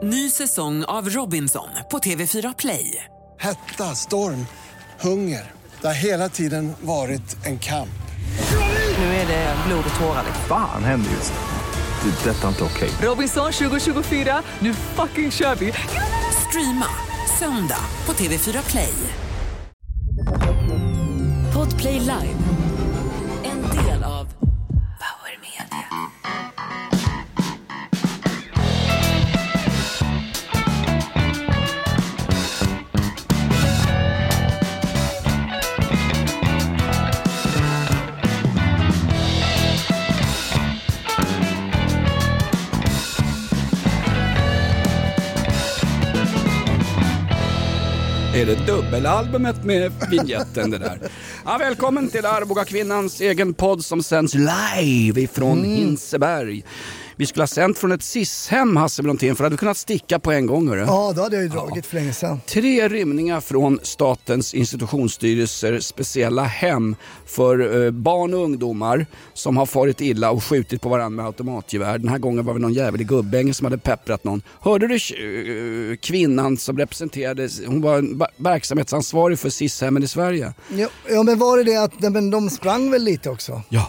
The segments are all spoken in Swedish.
Ny säsong av Robinson på TV4 Play. Hetta, storm, hunger. Det har hela tiden varit en kamp. Nu är det blod och tårar. Fan händer just nu. Det. Detta är inte okej. Robinson 2024, nu fucking kör vi. Streama söndag på TV4 Play. Podplay Live. En del av Power Media. Är det dubbelalbumet med vignetten det där? Ja, välkommen till Arboga kvinnans egen podd som sänds live ifrån Hinseberg. Vi skulle ha sänt från ett SIS-hem, Hasse Brontén, för hade vi kunnat sticka på en gång. Hörru. Ja, då hade jag ju dragit för länge sedan. 3 rymningar från Statens institutionsstyrelser speciella hem för barn och ungdomar som har farit illa och skjutit på varandra med automatgevär. Den här gången var det någon jävlig gubbänge som hade pepprat någon. Hörde du kvinnan som representerade, hon var verksamhetsansvarig för SIS-hemmen i Sverige? Ja, men var det att de sprang väl lite också? Ja.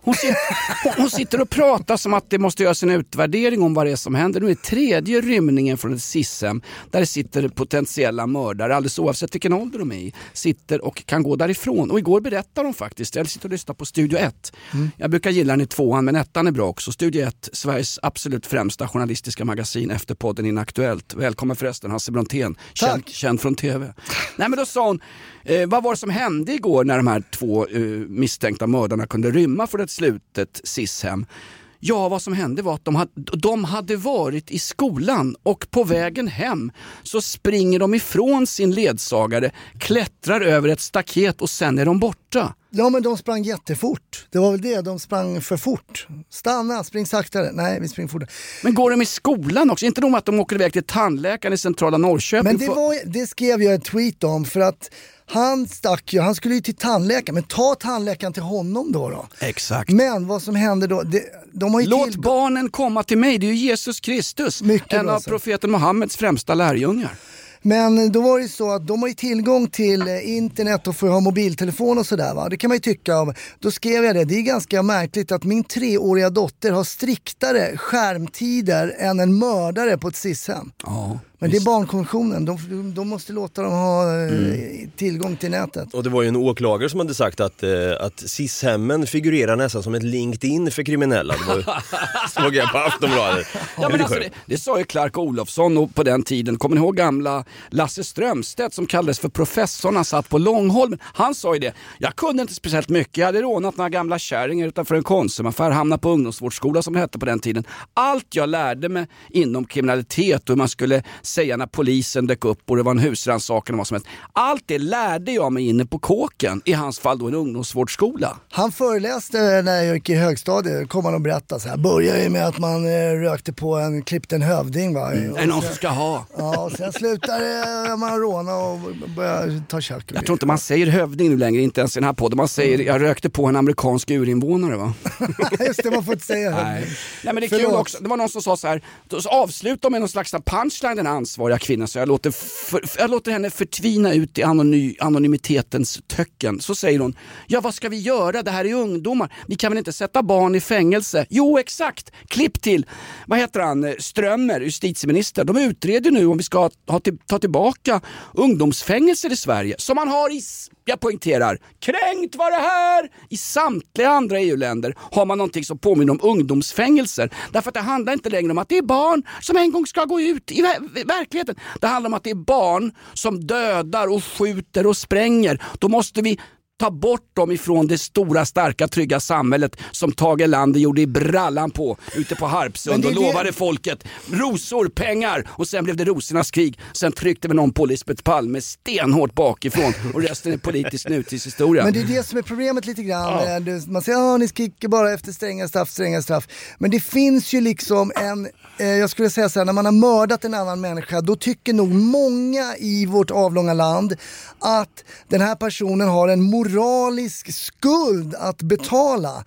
Hon sitter och pratar som att det måste göras en utvärdering om vad det är som händer. Nu är 3:e rymningen från ett SIS-hem där det sitter potentiella mördare, alldeles oavsett vilken ålder de är i, sitter och kan gå därifrån. Och igår berättar de faktiskt, jag sitter och lyssnar på Studio 1. Jag brukar gilla den i 2:an, men 1:an är bra också. Studio 1, Sveriges absolut främsta journalistiska magasin efter podden Inaktuellt. Välkommen förresten, Hasse Brontén, känd från TV. Nej, men då sa hon, vad var det som hände igår när de här 2 misstänkta mördarna kunde rymma för ett slutet SIS-hem? Ja, vad som hände var att de hade varit i skolan och på vägen hem så springer de ifrån sin ledsagare, klättrar över ett staket och sen är de borta. Ja, men de sprang jättefort. Det var väl det, de sprang för fort. Stanna, spring saktare. Nej, vi springer fortare. Men går de i skolan också? Inte nog att de åker iväg till tandläkaren i centrala Norrköping. Men det skrev jag en tweet om för att han stack ju, han skulle ju till tandläkaren, men ta tandläkaren till honom då. Exakt. Men vad som hände då, de har ju låt barnen komma till mig, det är ju Jesus Kristus. En av profeten Mohammeds främsta lärjungar. Men då var det så att de har ju tillgång till internet och får ha mobiltelefon och sådär, va? Det kan man ju tycka av. Då skrev jag det är ganska märkligt att min 3-åriga dotter har striktare skärmtider än en mördare på ett SIS-hem. Ja. Men det är barnkonventionen, de måste låta dem ha tillgång till nätet. Och det var ju en åklagare som hade sagt att SIS-hemmen figurerar nästan som ett LinkedIn för kriminella. Det var, såg jag på Aftonbladet. Ja, men alltså det sa ju Clark Olofsson och på den tiden. Kommer ni ihåg gamla Lasse Strömstedt som kallades för professorn? Han satt på Långholmen. Han sa ju det. Jag kunde inte speciellt mycket. Jag hade rånat några gamla kärringar utanför en konsumaffär, hamnat på ungdomsvårdsskola som det hette på den tiden. Allt jag lärde mig inom kriminalitet och hur man skulle säga när polisen dök upp och det var en husrannsakan och vad som helst. Allt det lärde jag mig inne på kåken, i hans fall då en ungdomsvårdsskola. Han föreläste när jag gick i högstadiet, kom han och berättade så här. Började ju med att man rökte på klippte en hövding, va? Är någon som ska ha? Ja, och sen slutade man råna och började ta kök. Jag tror inte man säger hövding nu längre, inte ens i den här podden. Man säger, jag rökte på en amerikansk urinvånare, va? Just det, man får inte säga hövding. Nej, men det är kul också. Det var någon som sa så här, så avsluta med någon slags punchline den ansvariga kvinnan, så jag låter henne förtvina ut i anonymitetens töcken. Så säger hon, ja vad ska vi göra? Det här är ungdomar. Vi kan väl inte sätta barn i fängelse? Jo, exakt. Klipp till, vad heter han? Strömmer, justitieminister. De utreder nu om vi ska ta tillbaka ungdomsfängelser i Sverige. Som man har jag poängterar, kränkt var det här! I samtliga andra EU-länder har man någonting som påminner om ungdomsfängelser. Därför att det handlar inte längre om att det är barn som en gång ska gå ut i verkligheten. Det handlar om att det är barn som dödar och skjuter och spränger. Då måste vi ta bort dem ifrån det stora, starka, trygga samhället som Tage Erlander gjorde i brallan på ute på Harpsund och lovade folket rosor, pengar och sen blev det rosornas krig. Sen tryckte vi någon på Lisbeth Palme stenhårt bakifrån och resten är politisk nutidshistoria. Men det är det som är problemet lite grann. Ja. Man säger, ni skriker bara efter stränga straff. Men det finns ju liksom jag skulle säga så här, när man har mördat en annan människa, då tycker nog många i vårt avlånga land att den här personen har en moralisk skuld att betala.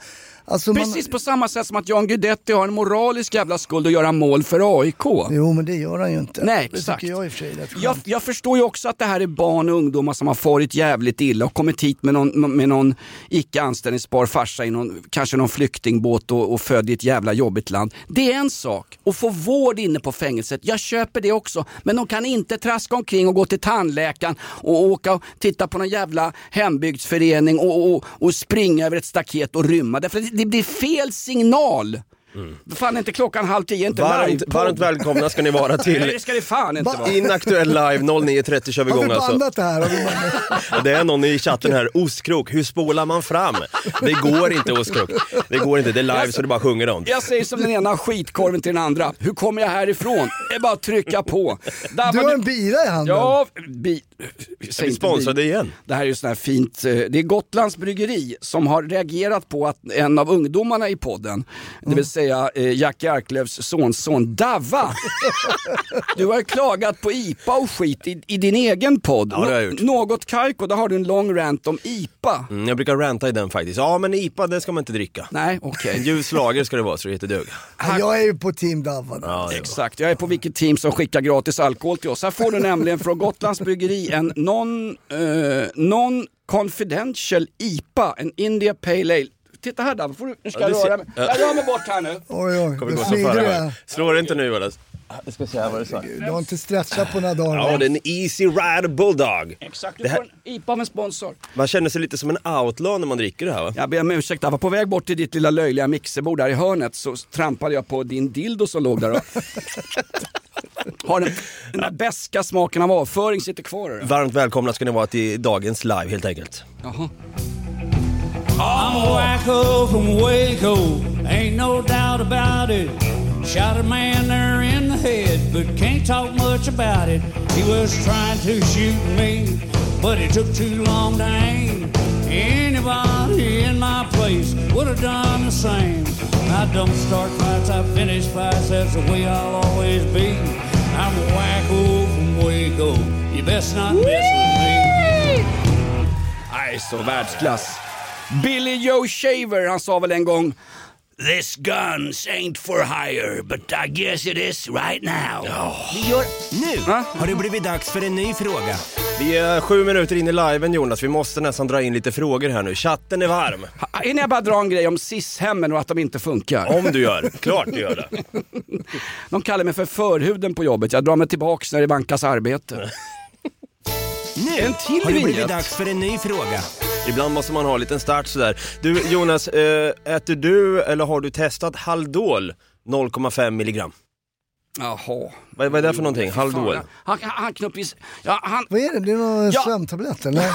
Alltså Precis på samma sätt som att Jan Guidetti har en moralisk jävla skuld att göra mål för AIK. Jo, men det gör han ju inte. Nej, det exakt. tycker jag i och för sig är rätt skönt. Jag förstår ju också att det här är barn och ungdomar som har farit jävligt illa och kommit hit med någon icke anställningsbar farsa i kanske någon flyktingbåt och född i ett jävla jobbigt land. Det är en sak. Och få vård inne på fängelset, jag köper det också. Men de kan inte traska omkring och gå till tandläkaren och åka och titta på någon jävla hembygdsförening och springa över ett staket och rymma. Därför det blir fel signal. Fan, inte klockan 9:30, inte varmt välkomna ska ni vara till. Nej, det ska det fan inte vara. Inaktuell live 09:30 kör vi igång alltså. Har vi bandat det här? Det är någon i chatten här, Oskrok, hur spolar man fram? Det går inte, Oskrok. Det går inte, det är live så det bara sjunger om. Jag säger som den ena skitkorven till den andra. Hur kommer jag härifrån? Det är bara att trycka på. Du har en bira i handen. Ja, vi sponsrade igen. Det här är ju sån här fint. Det är Gotlands bryggeri som har reagerat på att en av ungdomarna i podden, det vill säga Jackie Arklövs sonson Dava. Du har klagat på IPA och skit i din egen podd. Ja, det har jag gjort. Något kajko, där har du en lång rant om IPA. Jag brukar ranta i den faktiskt. Ja, men IPA, det ska man inte dricka. Nej, okej. En ljus lager ska det vara så det heter dug. Jag är ju på team Dava. Ja, exakt, jag är på vilket team som skickar gratis alkohol till oss. Här får du nämligen från Gotlands bryggeri en non-confidential IPA, en India Pale Ale. Titta här då, nu ska jag röra mig. Jag rör mig bort här nu. Oj, Kommer gå då så smider före det. här. Slår det inte nu eller? Jag ska se här vad det sa. Du har inte stretchat på några dagar. Ja, det är en Easy Rider Bulldog. Exakt, du får en IPA av en sponsor. Man känner sig lite som en outlaw när man dricker det här, va? Jag ber om ursäkt, jag var på väg bort till ditt lilla löjliga mixerbord där i hörnet, så trampade jag på din dildo som låg där och har den där beska smaken av avföring sitter kvar där. Varmt välkomna ska ni vara till dagens live helt enkelt. Jaha. I'm a wacko from Waco, ain't no doubt about it. Shot a man there in the head, but can't talk much about it. He was trying to shoot me, but it took too long to aim. Anybody in my place would have done the same. I don't start fights, I finish fights, that's the way I'll always be. I'm a wacko from Waco, you best not mess with me. Nej, så världsklass. Billy Joe Shaver, han sa väl en gång: "This guns ain't for hire, but I guess it is right now." Nu har det blivit dags för en ny fråga. Vi är 7 minuter in i liven, Jonas. Vi måste nästan dra in lite frågor här nu. Chatten är varm. Innan jag bara drar en grej om cis-hemmen och att de inte funkar. Om du gör, klart du gör det. De kallar mig för förhuden på jobbet. Jag drar mig tillbaks när det vankas arbete. Nu En till har det blivit vignett. dags för en ny fråga. Ibland måste man ha en liten start sådär. Du, Jonas, äter du eller har du testat Haldol 0,5 milligram? Jaha. Vad är det för någonting? Haldol? Han knuppis... Ja, han... Vad är det? Det är någon Ja. sömntablett eller?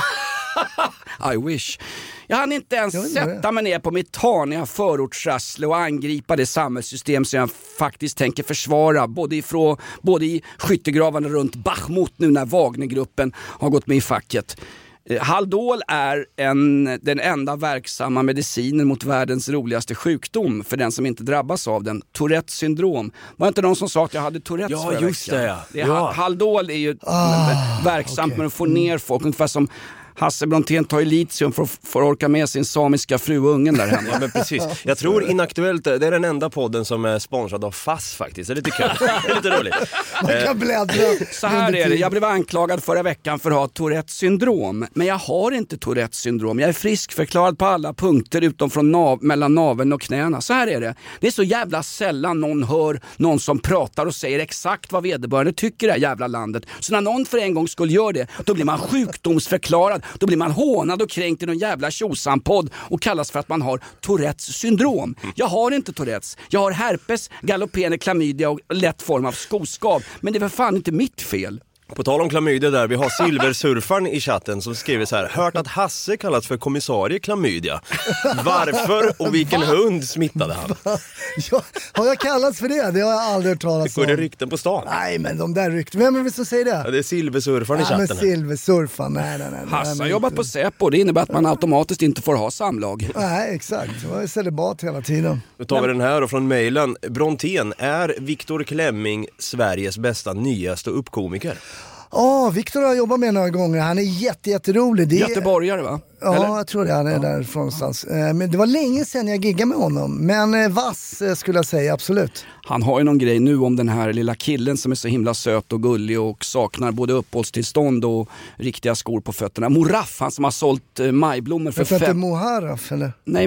I wish. Jag hann inte ens Jag vet inte sätta mig ner på mitt taniga förortsrassle och angripa det samhällssystem som jag faktiskt tänker försvara. Både i skyttegravarna runt Bachmut nu när Wagnergruppen har gått med i facket. Haldol är den enda verksamma medicinen mot världens roligaste sjukdom för den som inte drabbas av den. Tourettes syndrom. Var det inte någon som sa att jag hade Tourettes Ja, förra just veckan? det, ja. Det är Ja. Haldol är ju verksamt med att få ner folk, ungefär som Hasse Brontén tar litium för att orka med sin samiska fru och ungen där hemma. Ja, men precis. Jag tror Inaktuellt, det är den enda podden som är sponsrad av FASS faktiskt. Det är lite kul. Det är lite roligt. Man kan bläddra. Så här är det, jag blev anklagad förra veckan för att ha Tourettes syndrom. Men jag har inte Tourettes syndrom. Jag är friskförklarad på alla punkter utom från mellan naveln och knäna. Så här är det. Det är så jävla sällan någon hör någon som pratar och säger exakt vad vederbörande tycker i det här jävla landet. Så när någon för en gång skulle göra det, då blir man sjukdomsförklarad. Då blir man hånad och kränkt i någon jävla tjosampodd och kallas för att man har Tourettes syndrom. Jag har inte Tourettes. Jag har herpes, gallopene klamydia och lätt form av skoskav. Men det var fan inte mitt fel. På tal om klamydia där, vi har silversurfaren i chatten som skriver så här: hört att Hasse kallas för kommissarie klamydia. Varför och vilken hund smittade han? Ja, har jag kallats för det? Det har jag aldrig hört talas om. Går det rykten på stan? Nej, men de där rykten. Vem är det som säger det? Ja, det är silversurfaren i Ja, men chatten. silversurfan. Nej. Hasse har jobbat på Säpo, det innebär att man automatiskt inte får ha samlag. Nej, exakt. Det var celibat hela tiden. Nu tar vi den här och från mejlen. Brontén, är Viktor Klemming Sveriges bästa nyaste uppkomiker? Viktor har jag jobbat med några gånger. Han är jätterolig. Göteborgare va? Ja, Eller? jag tror det. Han är därifrån någonstans. Men det var länge sedan jag giggade med honom. Men vass skulle jag säga, absolut. Han har ju någon grej nu om den här lilla killen som är så himla söt och gullig och saknar både uppehållstillstånd och riktiga skor på fötterna. Moraf, han som har sålt majblommor för inte Moharaf, eller? Nej,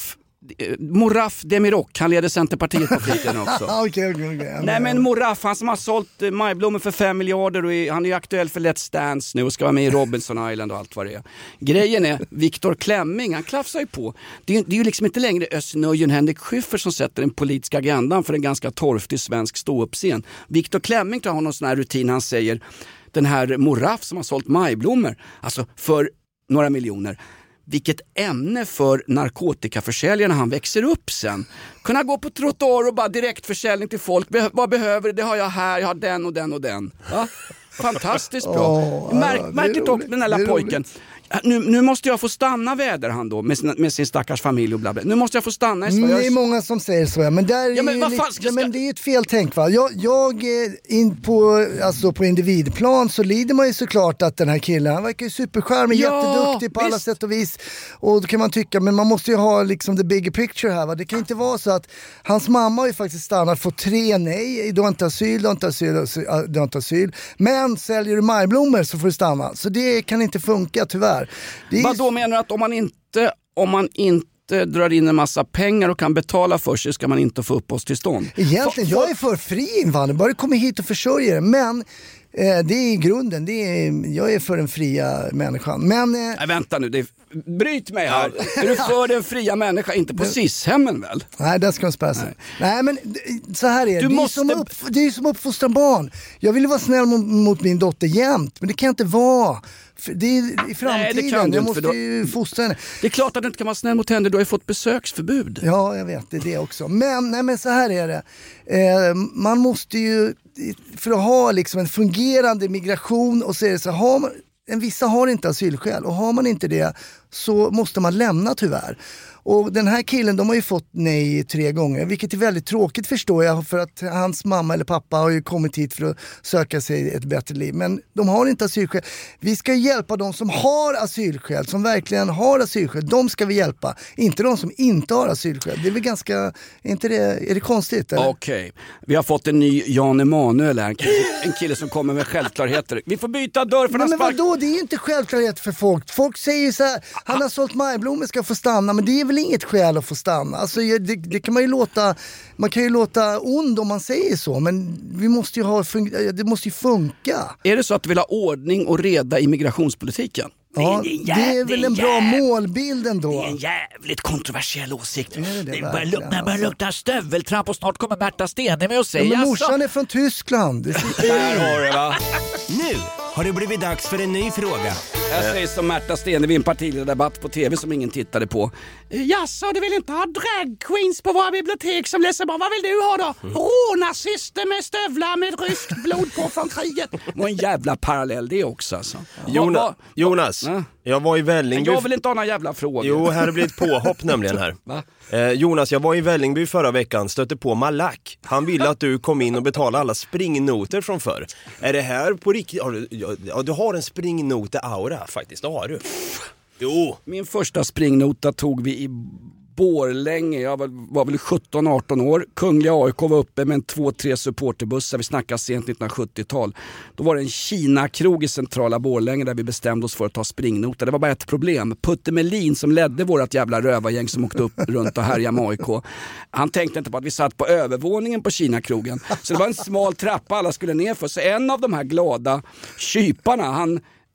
Moraf Demirok, han leder Centerpartiet på fritiden också. Okay. Nej men Moraf, han som har sålt majblommor för 5 miljarder och han är ju aktuell för Let's Dance nu och ska vara med i Robinson Island och allt vad det är. Grejen är, Viktor Klemming, han klafsar ju på. Det är ju liksom inte längre Özz-Nöjen Henrik Schyffert som sätter den politiska agendan för en ganska torftig svensk ståuppscen. Viktor Klemming har någon sån här rutin, han säger, den här Moraf som har sålt majblommor, alltså för några miljoner. Vilket ämne för narkotikaförsäljarna han växer upp sen. Kunna gå på trottoar och bara direktförsäljning till folk. Vad behöver det har jag här, jag har den och den och den. Va? Fantastiskt bra. Märker dock den här lilla pojken. Nu måste jag få stanna, väder han då med sin stackars familj och bla bla. Nu måste jag få stanna i Sverige. Det är många som säger så, men där men det är ett feltänk va. Jag in på individplan så lider man ju såklart att den här killen, han verkar ju superskärmig, jätteduktig på alla sätt och vis. Och då kan man tycka, men man måste ju ha liksom the bigger picture här va. Det kan inte vara så att hans mamma har ju faktiskt stannat, fått 3 nej, du har inte asyl, men säljer du majblommor så får du stanna. Så det kan inte funka tyvärr. Vad då menar du att om man inte drar in en massa pengar och kan betala för sig ska man inte få uppehållstillstånd? Egentligen, jag är för fri invandring, bara komma hit och försörja det, men det är grunden, jag är för den fria människan. Men nej, vänta nu, bryt mig här. Är du för den fria människan, inte på SIS-hemmen väl? Nej, det ska man spara sig. Nej, men så här är det. Det är som uppfostran barn. Jag vill vara snäll mot min dotter jämt, men det kan inte vara. Det är i framtiden. Nej, det kan du inte, måste ju fostra henne. Det är klart att du inte kan vara snäll mot henne, du har ju fått besöksförbud. Ja, jag vet, det är det också. Men så här är det. Man måste ju, för att ha liksom en fungerande migration, och så är det så, vissa har inte asylskäl, och har man inte det så måste man lämna tyvärr. Och den här killen, de har ju fått nej 3 gånger, vilket är väldigt tråkigt förstår jag, för att hans mamma eller pappa har ju kommit hit för att söka sig ett bättre liv. Men de har inte asylskäl. Vi ska hjälpa de som har asylskäl, som verkligen har asylskäl. De ska vi hjälpa, inte de som inte har asylskäl. Det är väl ganska, är det konstigt? Okej, vi har fått en ny Jan Emanuel här, en kille som kommer med självklarheter. Vi får byta dörr för men vadå, det är ju inte självklarhet för folk. Folk säger så här, han har sålt majblommor, ska få stanna, men det är väl inget skäl att få stanna. Alltså det kan man ju låta, man kan ju låta ond om man säger så, men vi måste ju det måste ju funka. Är det så att du vill ha ordning och reda i migrationspolitiken? Ja, det är väl en bra målbild ändå. Det är en jävligt kontroversiell åsikt. Det börjar lukta stöveltramp och snart kommer Märta Stene med och säga. Men morsan är från Tyskland. Där har du va? Nu har det blivit dags för en ny fråga. Jag säger som Märta Stene vid en partiledardebatt på tv som ingen tittade på. Jaså, du vill inte ha drag queens på våra bibliotek som läser bara. Vad vill du ha då? Rånazister med stövlar med ryskt blod på från kriget. Det var en jävla parallell det också alltså. Jonas, jag var i Vällingby. Jag vill inte ha några jävla frågor. Jo, här har blivit påhopp nämligen här. Va? Jonas, jag var i Vällingby förra veckan, stötte på Malak. Han ville att du kom in och betalade alla springnoter från förr. Är det här på riktigt? Du har en springnote-aura faktiskt, det har du. Jo. Min första springnota tog vi i Borlänge. Jag var väl 17-18 år. Kungliga AIK var uppe med en 2-3 supporterbussar. Vi snackade sent 1970-tal. Då var det en Kina-krog i centrala Borlänge där vi bestämde oss för att ta springnota. Det var bara ett problem. Putte Melin som ledde vårat jävla rövargäng som åkte upp runt och härjade med AIK. Han tänkte inte på att vi satt på övervåningen på Kina-krogen. Så det var en smal trappa alla skulle ner för. Så en av de här glada kyparna,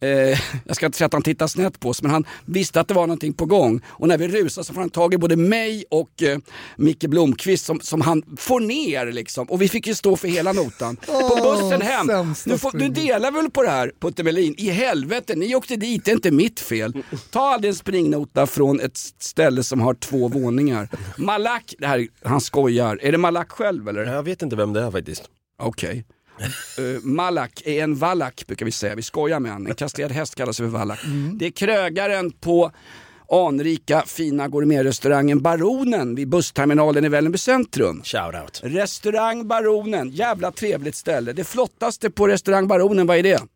jag ska inte säga att han tittar snett på oss, men han visste att det var någonting på gång. Och när vi rusade så får han tag i både mig och Micke Blomqvist som han får ner liksom. Och vi fick ju stå för hela notan. På bussen hem. Nu delar väl på det här, Putte Melin. I helvete, ni åkte dit, det är inte mitt fel. Ta aldrig en springnota från ett ställe som har 2 våningar. Malak, det här, han skojar. Är det Malak själv eller? Jag vet inte vem det är faktiskt. Okej. Malak är en valak brukar vi säga. Vi skojar med han. En kastrerad häst kallas för valak. Det är krögaren på anrika fina gourmetrestaurangen Baronen vid bussterminalen i Vällingby centrum. Shoutout. Restaurang Baronen, jävla trevligt ställe. Det flottaste på restaurang Baronen, vad är det?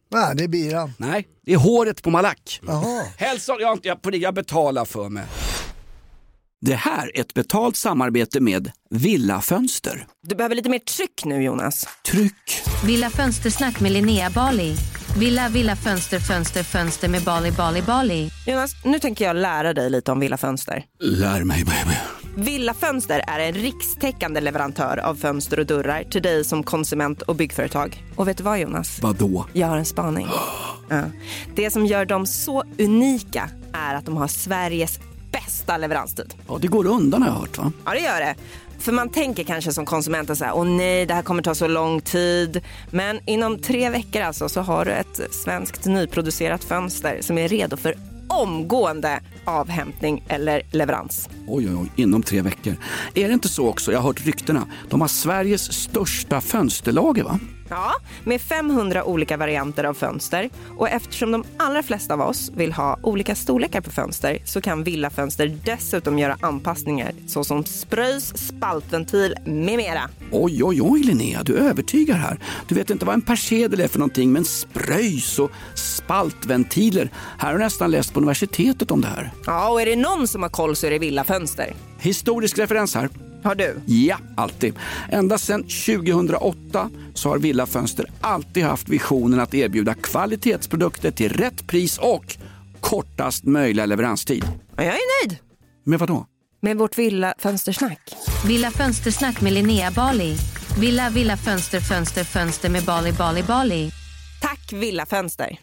Nej, det är biran. Nej, det är håret på Malak. Jaha. Hälsa, jag betalar för mig. Det här är ett betalt samarbete med Villa Fönster. Du behöver lite mer tryck nu, Jonas. Tryck. Villa Fönstersnack med Linnea Bali. Villa Fönster med Bali. Jonas, nu tänker jag lära dig lite om Villa Fönster. Lär mig, baby. Villa Fönster är en rikstäckande leverantör av fönster och dörrar till dig som konsument och byggföretag. Och vet du vad, Jonas? Vadå? Jag har en spaning. Ja. Det som gör dem så unika är att de har Sveriges bästa leveranstid. Ja, det går undan har jag hört, va? Ja, det gör det. För man tänker kanske som konsument så här, åh nej, det här kommer ta så lång tid. Men inom 3 veckor alltså så har du ett svenskt nyproducerat fönster som är redo för omgående avhämtning eller leverans. Oj, inom 3 veckor. Är det inte så också? Jag har hört ryktena. De har Sveriges största fönsterlager, va? Ja, med 500 olika varianter av fönster. Och eftersom de allra flesta av oss vill ha olika storlekar på fönster så kan Villa Fönster dessutom göra anpassningar såsom spröjs, spaltventil med mera. Oj, Linnea, du övertygar här. Du vet inte vad en persedel är för någonting, men spröjs och spaltventiler. Här har jag nästan läst på universitetet om det här. Ja, och är det någon som har koll så är det Villa Fönster. Historisk referens här. Har du? Ja, alltid. Ända sedan 2008 så har Villa Fönster alltid haft visionen att erbjuda kvalitetsprodukter till rätt pris och kortast möjliga leveranstid. Ja, jag är nöjd. Med vad då? Med vårt Villa Fönstersnack. Villa Fönstersnack med Linnea Bali. Villa Fönster med Bali. Tack Villa Fönster.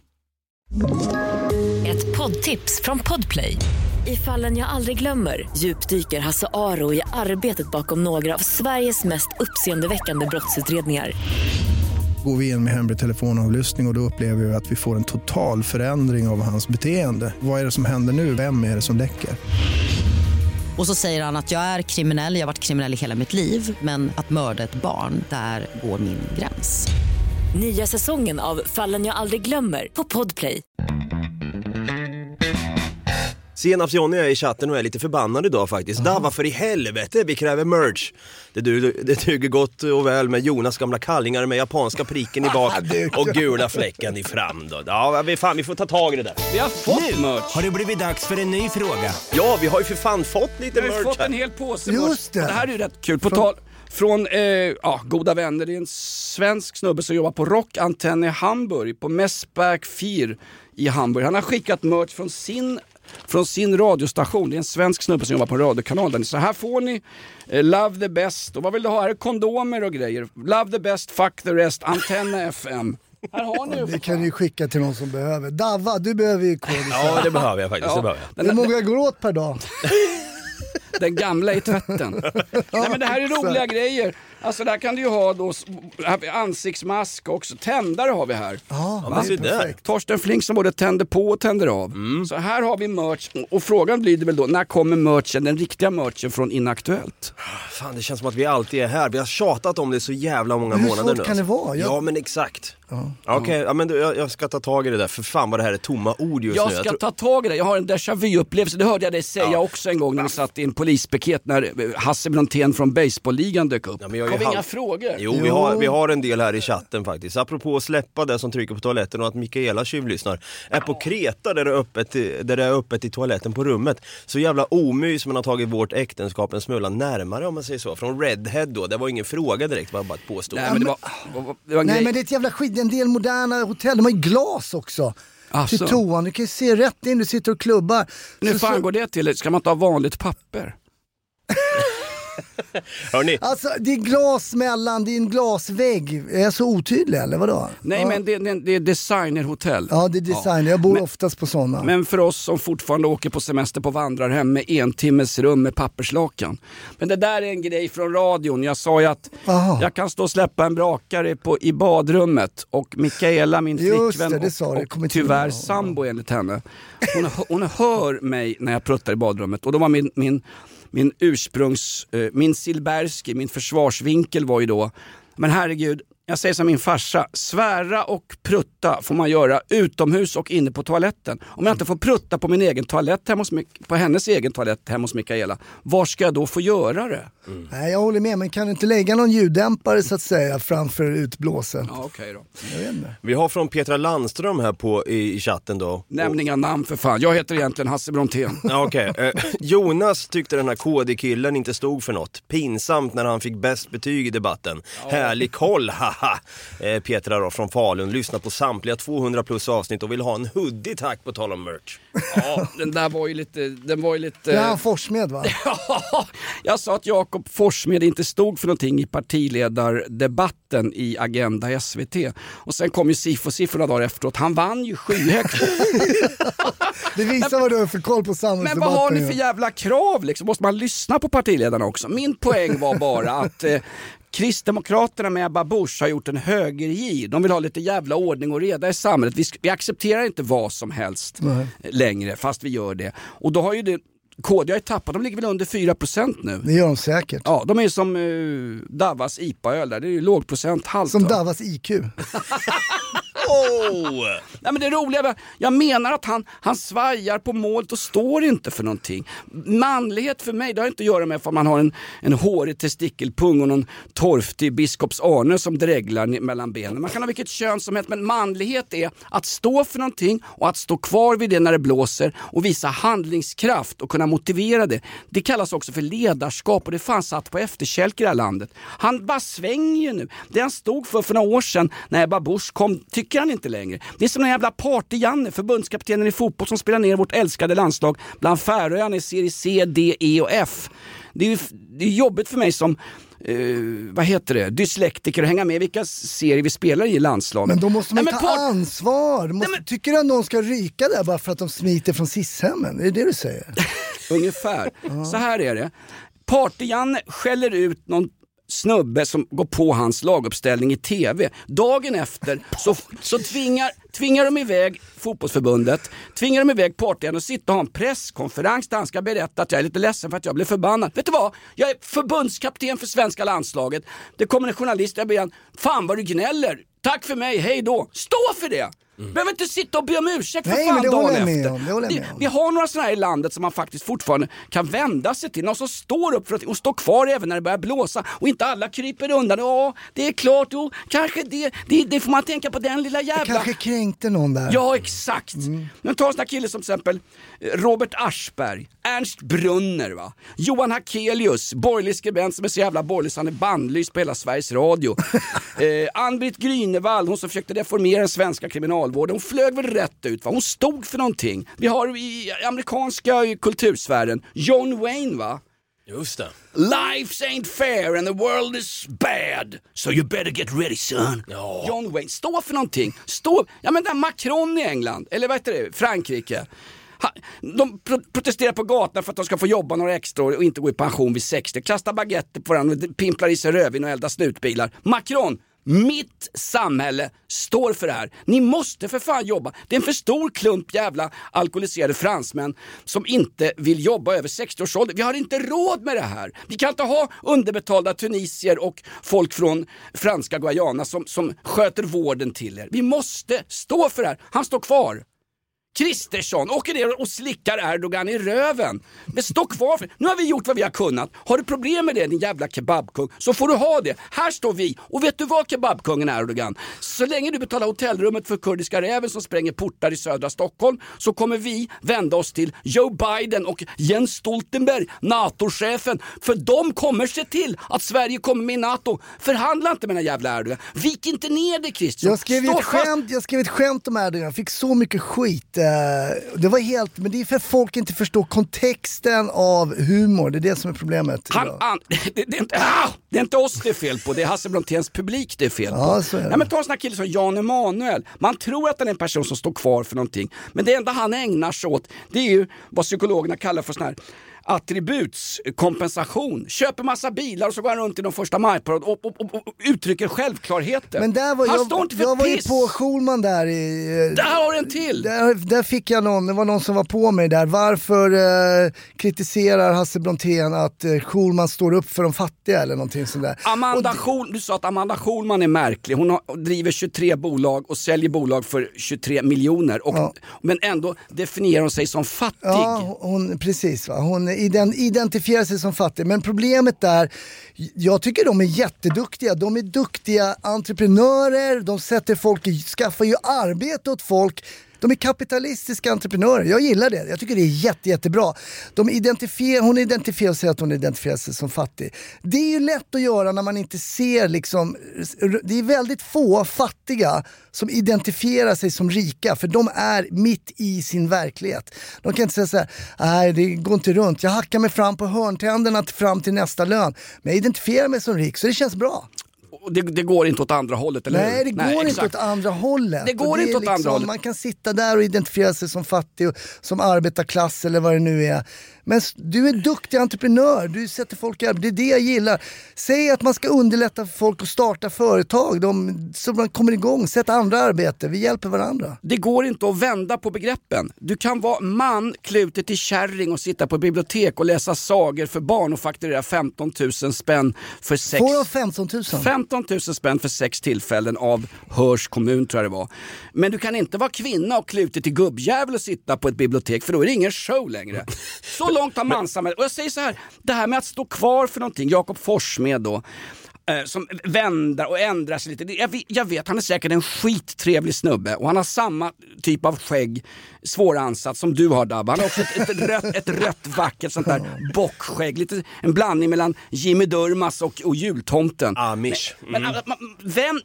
Ett poddtips från Podplay. I Fallen jag aldrig glömmer djupdyker Hasse Aro i arbetet bakom några av Sveriges mest uppseendeväckande brottsutredningar. Går vi in med hemlig telefonavlyssning och då upplever vi att vi får en total förändring av hans beteende. Vad är det som händer nu? Vem är det som läcker? Och så säger han att jag är kriminell, jag har varit kriminell i hela mitt liv. Men att mörda ett barn, där går min gräns. Nya säsongen av Fallen jag aldrig glömmer på Podplay. Senaps-Johnny är i chatten och är lite förbannad idag faktiskt. Dava, för i helvete, vi kräver merch. Det duger gott och väl med Jonas gamla kallingar med japanska pricken i bak och gula fläcken i fram då. Ja, vi får ta tag i det där. Vi har fått merch. Har det blivit dags för en ny fråga? Ja, vi har ju för fan fått lite merch. Vi har fått en hel påse. Just det. Det här är ju rätt kul. På tal från goda vänner. Det är en svensk snubbe som jobbar på Rockantenn i Hamburg, på Messberg 4 i Hamburg. Han har skickat merch från sin radiostation. Det är en svensk snubbe som jobbar på en radiokanal. Så här får ni Love the best. Och vad vill du ha? Här är kondomer och grejer. Love the best, fuck the rest, Antenna FM. Här har ni ju. Det kan ni skicka till någon som behöver. Dava, du behöver ju kodis. Ja, det behöver jag faktiskt. Ja. Hur många går åt per dag? Den gamla i tvätten. Nej, men det här är roliga grejer. Alltså där kan du ju ha då ansiktsmask också. Tändare har vi här. Ja, det är perfekt. Torsten Flink som både tänder på och tänder av. Så här har vi merch. Och frågan blir det väl då, när kommer merchen, den riktiga merchen från Inaktuellt? Fan, det känns som att vi alltid är här. Vi har tjatat om det så jävla många månader nu. Hur svårt kan det vara? Ja, men exakt. Okej, men jag ska ta tag i det där. För fan vad det här är tomma ord just nu. Jag ska ta tag i det. Jag har en déjà vu-upplevelse. Det hörde jag dig säga också en gång när vi satt i en polispiket när Hasse Brontén från baseballligan dök upp. Ja, men har vi inga frågor? Jo, vi har en del här i chatten faktiskt. Apropå att släppa det som trycker på toaletten och att Mikaela tjuvlyssnar. Är på Kreta där det är öppet i toaletten på rummet. Så jävla omys, men har tagit vårt äktenskap en smula närmare, om man säger så. Från Redhead då. Det var ingen fråga direkt, det var bara ett påstående. Nej, men men det är ett jävla skit. En del moderna hotell, de har ju glas också. Till toan, du kan ju se rätt in, du sitter och klubbar. Nu fan går det till, ska man ta vanligt papper? Hörrni. Alltså det är glas mellan, det är en glasvägg. Är jag så otydlig eller vadå? Nej, men det är designerhotell. Ja, det är designer, jag bor oftast på sådana. Men för oss som fortfarande åker på semester på vandrarhem med 1 timmes rum med papperslakan. Men det där är en grej från radion. Jag sa ju att jag kan stå och släppa en brakare i badrummet. Och Mikaela, min flickvän och tyvärr sambo enligt henne. Hon hör mig när jag pruttar i badrummet. Och då var min Silberski, min försvarsvinkel var ju då, men herregud, Jag säger som min farsa, svära och prutta får man göra utomhus och inne på toaletten. Om jag inte får prutta på min egen toalett på hennes egen toalett hemma hos Mikaela, var ska jag då få göra det? Nej, jag håller med, men kan du inte lägga någon ljuddämpare så att säga framför utblåset? Ja, okej då. Jag vet inte. Vi har från Petra Landström här i chatten då. Nämn inga namn för fan, jag heter egentligen Hasse Brontén. Ja, okej. Jonas tyckte den här KD-killen inte stod för något. Pinsamt när han fick bäst betyg i debatten. Ja. Härlig koll, haha. Petra då från Falun lyssnar på samtliga 200 plus avsnitt och vill ha en hoodie, tack, på tal om merch. Ja, den där var ju lite... Det är han Forssmed, va? Ja, jag sa att Jakob Forssmed inte stod för någonting i partiledardebatten i Agenda SVT. Och sen kom ju SIFO några dagar efteråt. Han vann ju skyhögt. Det visar vad du har för koll på samhällsdebatten. Men vad har ni för jävla krav liksom? Måste man lyssna på partiledarna också? Min poäng var bara att... Kristdemokraterna med Ebba Busch har gjort en högergir. De vill ha lite jävla ordning och reda i samhället. Vi accepterar inte vad som helst längre, fast vi gör det. Och då har ju det... KD har ju tappat, de ligger väl under 4% nu. Det gör de säkert. Ja, de är som Davas IPA-öl där. Det är ju lågprocent halt. Som Davas IQ. Nej, men det roliga, jag menar att han svajar på målet och står inte för någonting. Manlighet för mig, det har inte att göra med för man har en hårig testikelpung och någon torftig biskops Arne som dreglar mellan benen. Man kan ha vilket kön som helst, men manlighet är att stå för någonting och att stå kvar vid det när det blåser och visa handlingskraft och kunna motivera det. Det kallas också för ledarskap och det fanns satt på efterkälk i det här landet. Han bara svänger nu. Det han stod för några år sedan när Ebba Busch kom, tycker han inte längre. Det är som en jävla party-Janne, förbundskaptenen i fotboll som spelar ner vårt älskade landslag bland Färöarna i serie C, D, E och F. Det är jobbigt för mig som dyslektiker att hänga med vilka serier vi spelar i landslaget. Men då måste man ta ansvar. Tycker du att någon ska ryka där bara för att de smiter från SIS-hemmen? Är det du säger? Ungefär. Så här är det. Party-Janne skäller ut någon snubbe som går på hans laguppställning i tv. Dagen efter så tvingar de iväg fotbollsförbundet, tvingar de iväg partien och sitta och ha en presskonferens där han ska berätta att jag är lite ledsen för att jag blev förbannad. Vet du vad? Jag är förbundskapten för svenska landslaget. Det kommer en journalist, jag ber han, fan vad du gnäller. Tack för mig, hej då. Stå för det! Behöver inte sitta och be om ursäkt för fan dagen efter. Vi har några sådana här i landet som man faktiskt fortfarande kan vända sig till. Någon som står upp för att, och står kvar även när det börjar blåsa. Och inte alla kryper undan. Ja, det är klart. Jo, kanske det får man tänka på den lilla jävla... Det kanske kränkte någon där. Ja, exakt. Men ta en sån här kille som till exempel Robert Aschberg, Ernst Brunner, va? Johan Hakelius, borgerlig skribent som är så jävla borgerlig så han är bandlys på hela Sveriges Radio. Ann-Britt Grünewald, hon som försökte reformera den svenska kriminalvården. Hon flög väl rätt ut, va? Hon stod för någonting. Vi har i amerikanska kultursfären John Wayne, va? Just det. Life ain't fair and the world is bad, so you better get ready, son. Ja. John Wayne, stå för någonting. Ja, men där Macron i England, eller vad heter det, Frankrike. De protesterar på gatan för att de ska få jobba några extra år och inte gå i pension vid 60. Kastar baguetter på varandra, pimplar i sig rövin och eldar snutbilar. Macron, mitt samhälle står för det här. Ni måste för fan jobba. Det är en för stor klump jävla alkoholiserade fransmän som inte vill jobba över 60 års ålder. Vi har inte råd med det här. Vi kan inte ha underbetalda tunisier och folk från franska Guayana som sköter vården till er. Vi måste stå för det här. Han står kvar. Kristersson åker ner och slickar Erdogan i röven. Men stå kvar för. Nu har vi gjort vad vi har kunnat. Har du problem med det, din jävla kebabkung, så får du ha det. Här står vi. Och vet du vad, kebabkungen Erdogan? Så länge du betalar hotellrummet för kurdiska räven som spränger portar i södra Stockholm, så kommer vi vända oss till Joe Biden och Jens Stoltenberg, NATO-chefen. För de kommer se till att Sverige kommer med i NATO. Förhandla inte med den jävla Erdogan. Vik inte ner det, Kristersson. Jag skrev ett skämt om Erdogan. Jag fick så mycket skit. Det var helt, men det är för folk inte förstår kontexten av humor. Det är det som är problemet. Det är inte oss det är fel på. Det är Hasse Bronténs publik det är fel på. Så är det. Ja, men ta en sån här kille som Jan Emanuel. Man tror att han är en person som står kvar för någonting. Men det enda han ägnar sig åt, det är ju vad psykologerna kallar för sån här attributskompensation. Köper massa bilar och så går han runt i de första majparad och uttrycker självklarheter. Men där var jag var ju på Schulman där i... Där har du en till! Där fick jag någon, det var någon som var på mig där. Varför kritiserar Hasse Brontén att Schulman står upp för de fattiga eller någonting sånt där? Du sa att Amanda Schulman är märklig. Hon driver 23 bolag och säljer bolag för 23 miljoner. Men ändå definierar hon sig som fattig. Ja, precis va. Hon identifierar sig som fattig. Men problemet är, jag tycker de är jätteduktiga. De är duktiga entreprenörer. De sätter folk, skaffar ju arbete åt folk. De är kapitalistiska entreprenörer. Jag gillar det. Jag tycker det är jättebra. Hon identifierar sig att hon identifierar sig som fattig. Det är ju lätt att göra när man inte ser liksom... Det är väldigt få fattiga som identifierar sig som rika. För de är mitt i sin verklighet. De kan inte säga så här, nej det går inte runt. Jag hackar mig fram på hörntänderna fram till nästa lön. Men jag identifierar mig som rik så det känns bra. Det går inte åt andra hållet, eller Nej, det går inte åt andra hållet. Det går inte åt andra hållet. Man kan sitta där och identifiera sig som fattig och som arbetarklass eller vad det nu är. Men du är duktig entreprenör, du sätter folk i arbete, det är det jag gillar. Säg att man ska underlätta för folk att starta företag, så man kommer igång, sätta andra arbete, vi hjälper varandra. Det går inte att vända på begreppen. Du kan vara man, klutet till kärring och sitta på bibliotek och läsa sagor för barn och fakturera 15 000 spänn för 6... Får de 15 000? 15 000 spänn för 6 tillfällen av Hörs kommun tror jag det var. Men du kan inte vara kvinna och klutet till gubbjävel och sitta på ett bibliotek för då är det ingen show längre. Så långt har mansamhället. Och jag säger så här, det här med att stå kvar för någonting, Jakob Forssmed då, som vänder och ändrar sig lite. Jag vet, han är säkert en skittrevlig snubbe och han har samma typ av skägg, svåra ansats som du har, Dabba. Han har också ett rött vackert sånt där bockskägg, lite en blandning mellan Jimmy Durmaz och jultomten. Amish. Men vem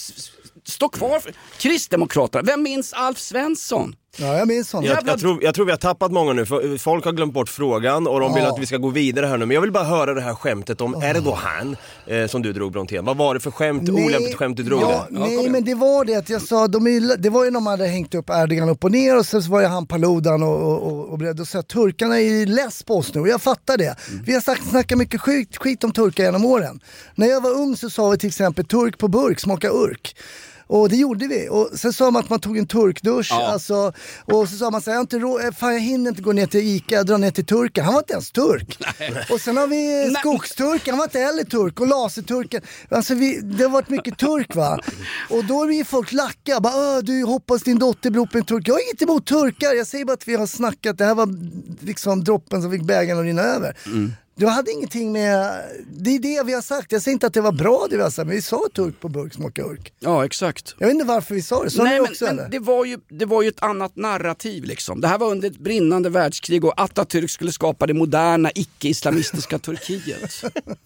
står kvar för Kristdemokraterna? Vem minns Alf Svensson? Ja, jag minns honom. Jag tror vi har tappat många nu, för folk har glömt bort frågan och de vill att vi ska gå vidare här nu. Men jag vill bara höra det här skämtet om Erdogan som du drog, Brontén. Vad var det för skämt, olämpligt skämt du drog där? Nej, men det var det att jag sa, det var ju när man hade hängt upp Erdogan upp och ner och så var jag han Paludan och då sa turkarna är less på oss nu och jag fattar det. Vi har snackat mycket skit om turkar genom åren. När jag var ung så sa vi till exempel turk på burk, smaka urk. Och det gjorde vi. Och sen sa man att man tog en turkdusch. Ja. Alltså, och så sa man så här, jag hinner inte gå ner till Ica, dra ner till turken. Han var inte ens turk. Nej. Och sen har vi skogsturken, han var inte heller turk. Och laserturken. Alltså det har varit mycket turk va. Och då är vi folk lacka. Bara, du hoppas din dotter blir upp en turk. Jag är inte emot turkar. Jag säger bara att vi har snackat. Det här var liksom droppen som fick bägaren att rinna över. Mm. Du hade ingenting med... Det är det vi har sagt. Jag säger inte att det var bra det vi har sagt, men vi sa turk på burk, smaka urk. Ja, exakt. Jag vet inte varför vi sa det. Nej, men det var ju ett annat narrativ liksom. Det här var under ett brinnande världskrig och Atatürk skulle skapa det moderna, icke-islamistiska Turkiet.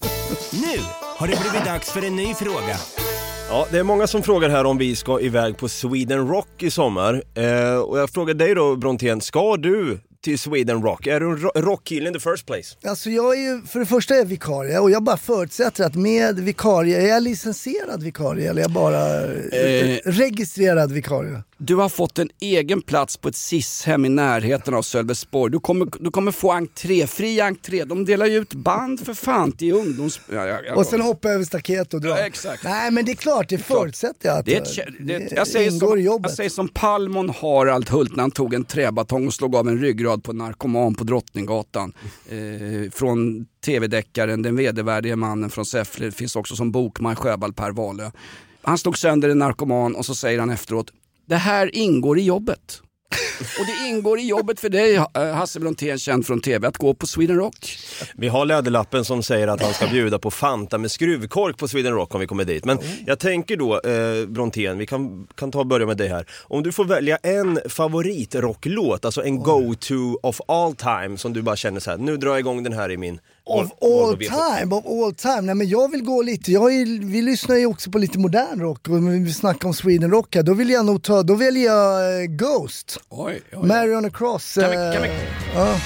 Nu har det blivit dags för en ny fråga. Ja, det är många som frågar här om vi ska iväg på Sweden Rock i sommar. Och jag frågar dig då, Brontén, ska du till Sweden Rock? Är du en rockkille in the first place? Alltså jag är ju, för det första är jag vikarie och jag bara förutsätter att med vikarie, är jag licensierad vikarie eller är jag bara registrerad vikarie? Du har fått en egen plats på ett SIS-hem i närheten av Sölvesborg. Du kommer få fri entré. De delar ju ut band för fan till ungdoms... Och sen hoppar jag över staket och drar. Ja, exakt. Nej, men det är klart, det förutsätter jag att det ingår i jobbet. Jag säger som Palmon Harald Hult när han tog en träbatong och slog av en ryggrad på narkoman på Drottninggatan. Från tv-deckaren Den vedervärdige mannen från Säffle. Det finns också som Bokmar Sjöball Per Wahlöö. Han slog sönder en narkoman och så säger han efteråt: det här ingår i jobbet. Och det ingår i jobbet för dig, Hasse Brontén, känd från tv, att gå på Sweden Rock. Vi har läderlappen som säger att han ska bjuda på Fanta med skruvkork på Sweden Rock om vi kommer dit. Men jag tänker då, Brontén, vi kan ta och börja med dig här. Om du får välja en favoritrocklåt, alltså en go-to of all time som du bara känner så här, nu drar jag igång den här i min... Of all time. Nej, men jag vill gå lite. Vi lyssnar ju också på lite modern rock och vi snackar om Sweden Rock här. Då vill jag Ghost. Oj. Mary on a Cross. Kan vi... Ja.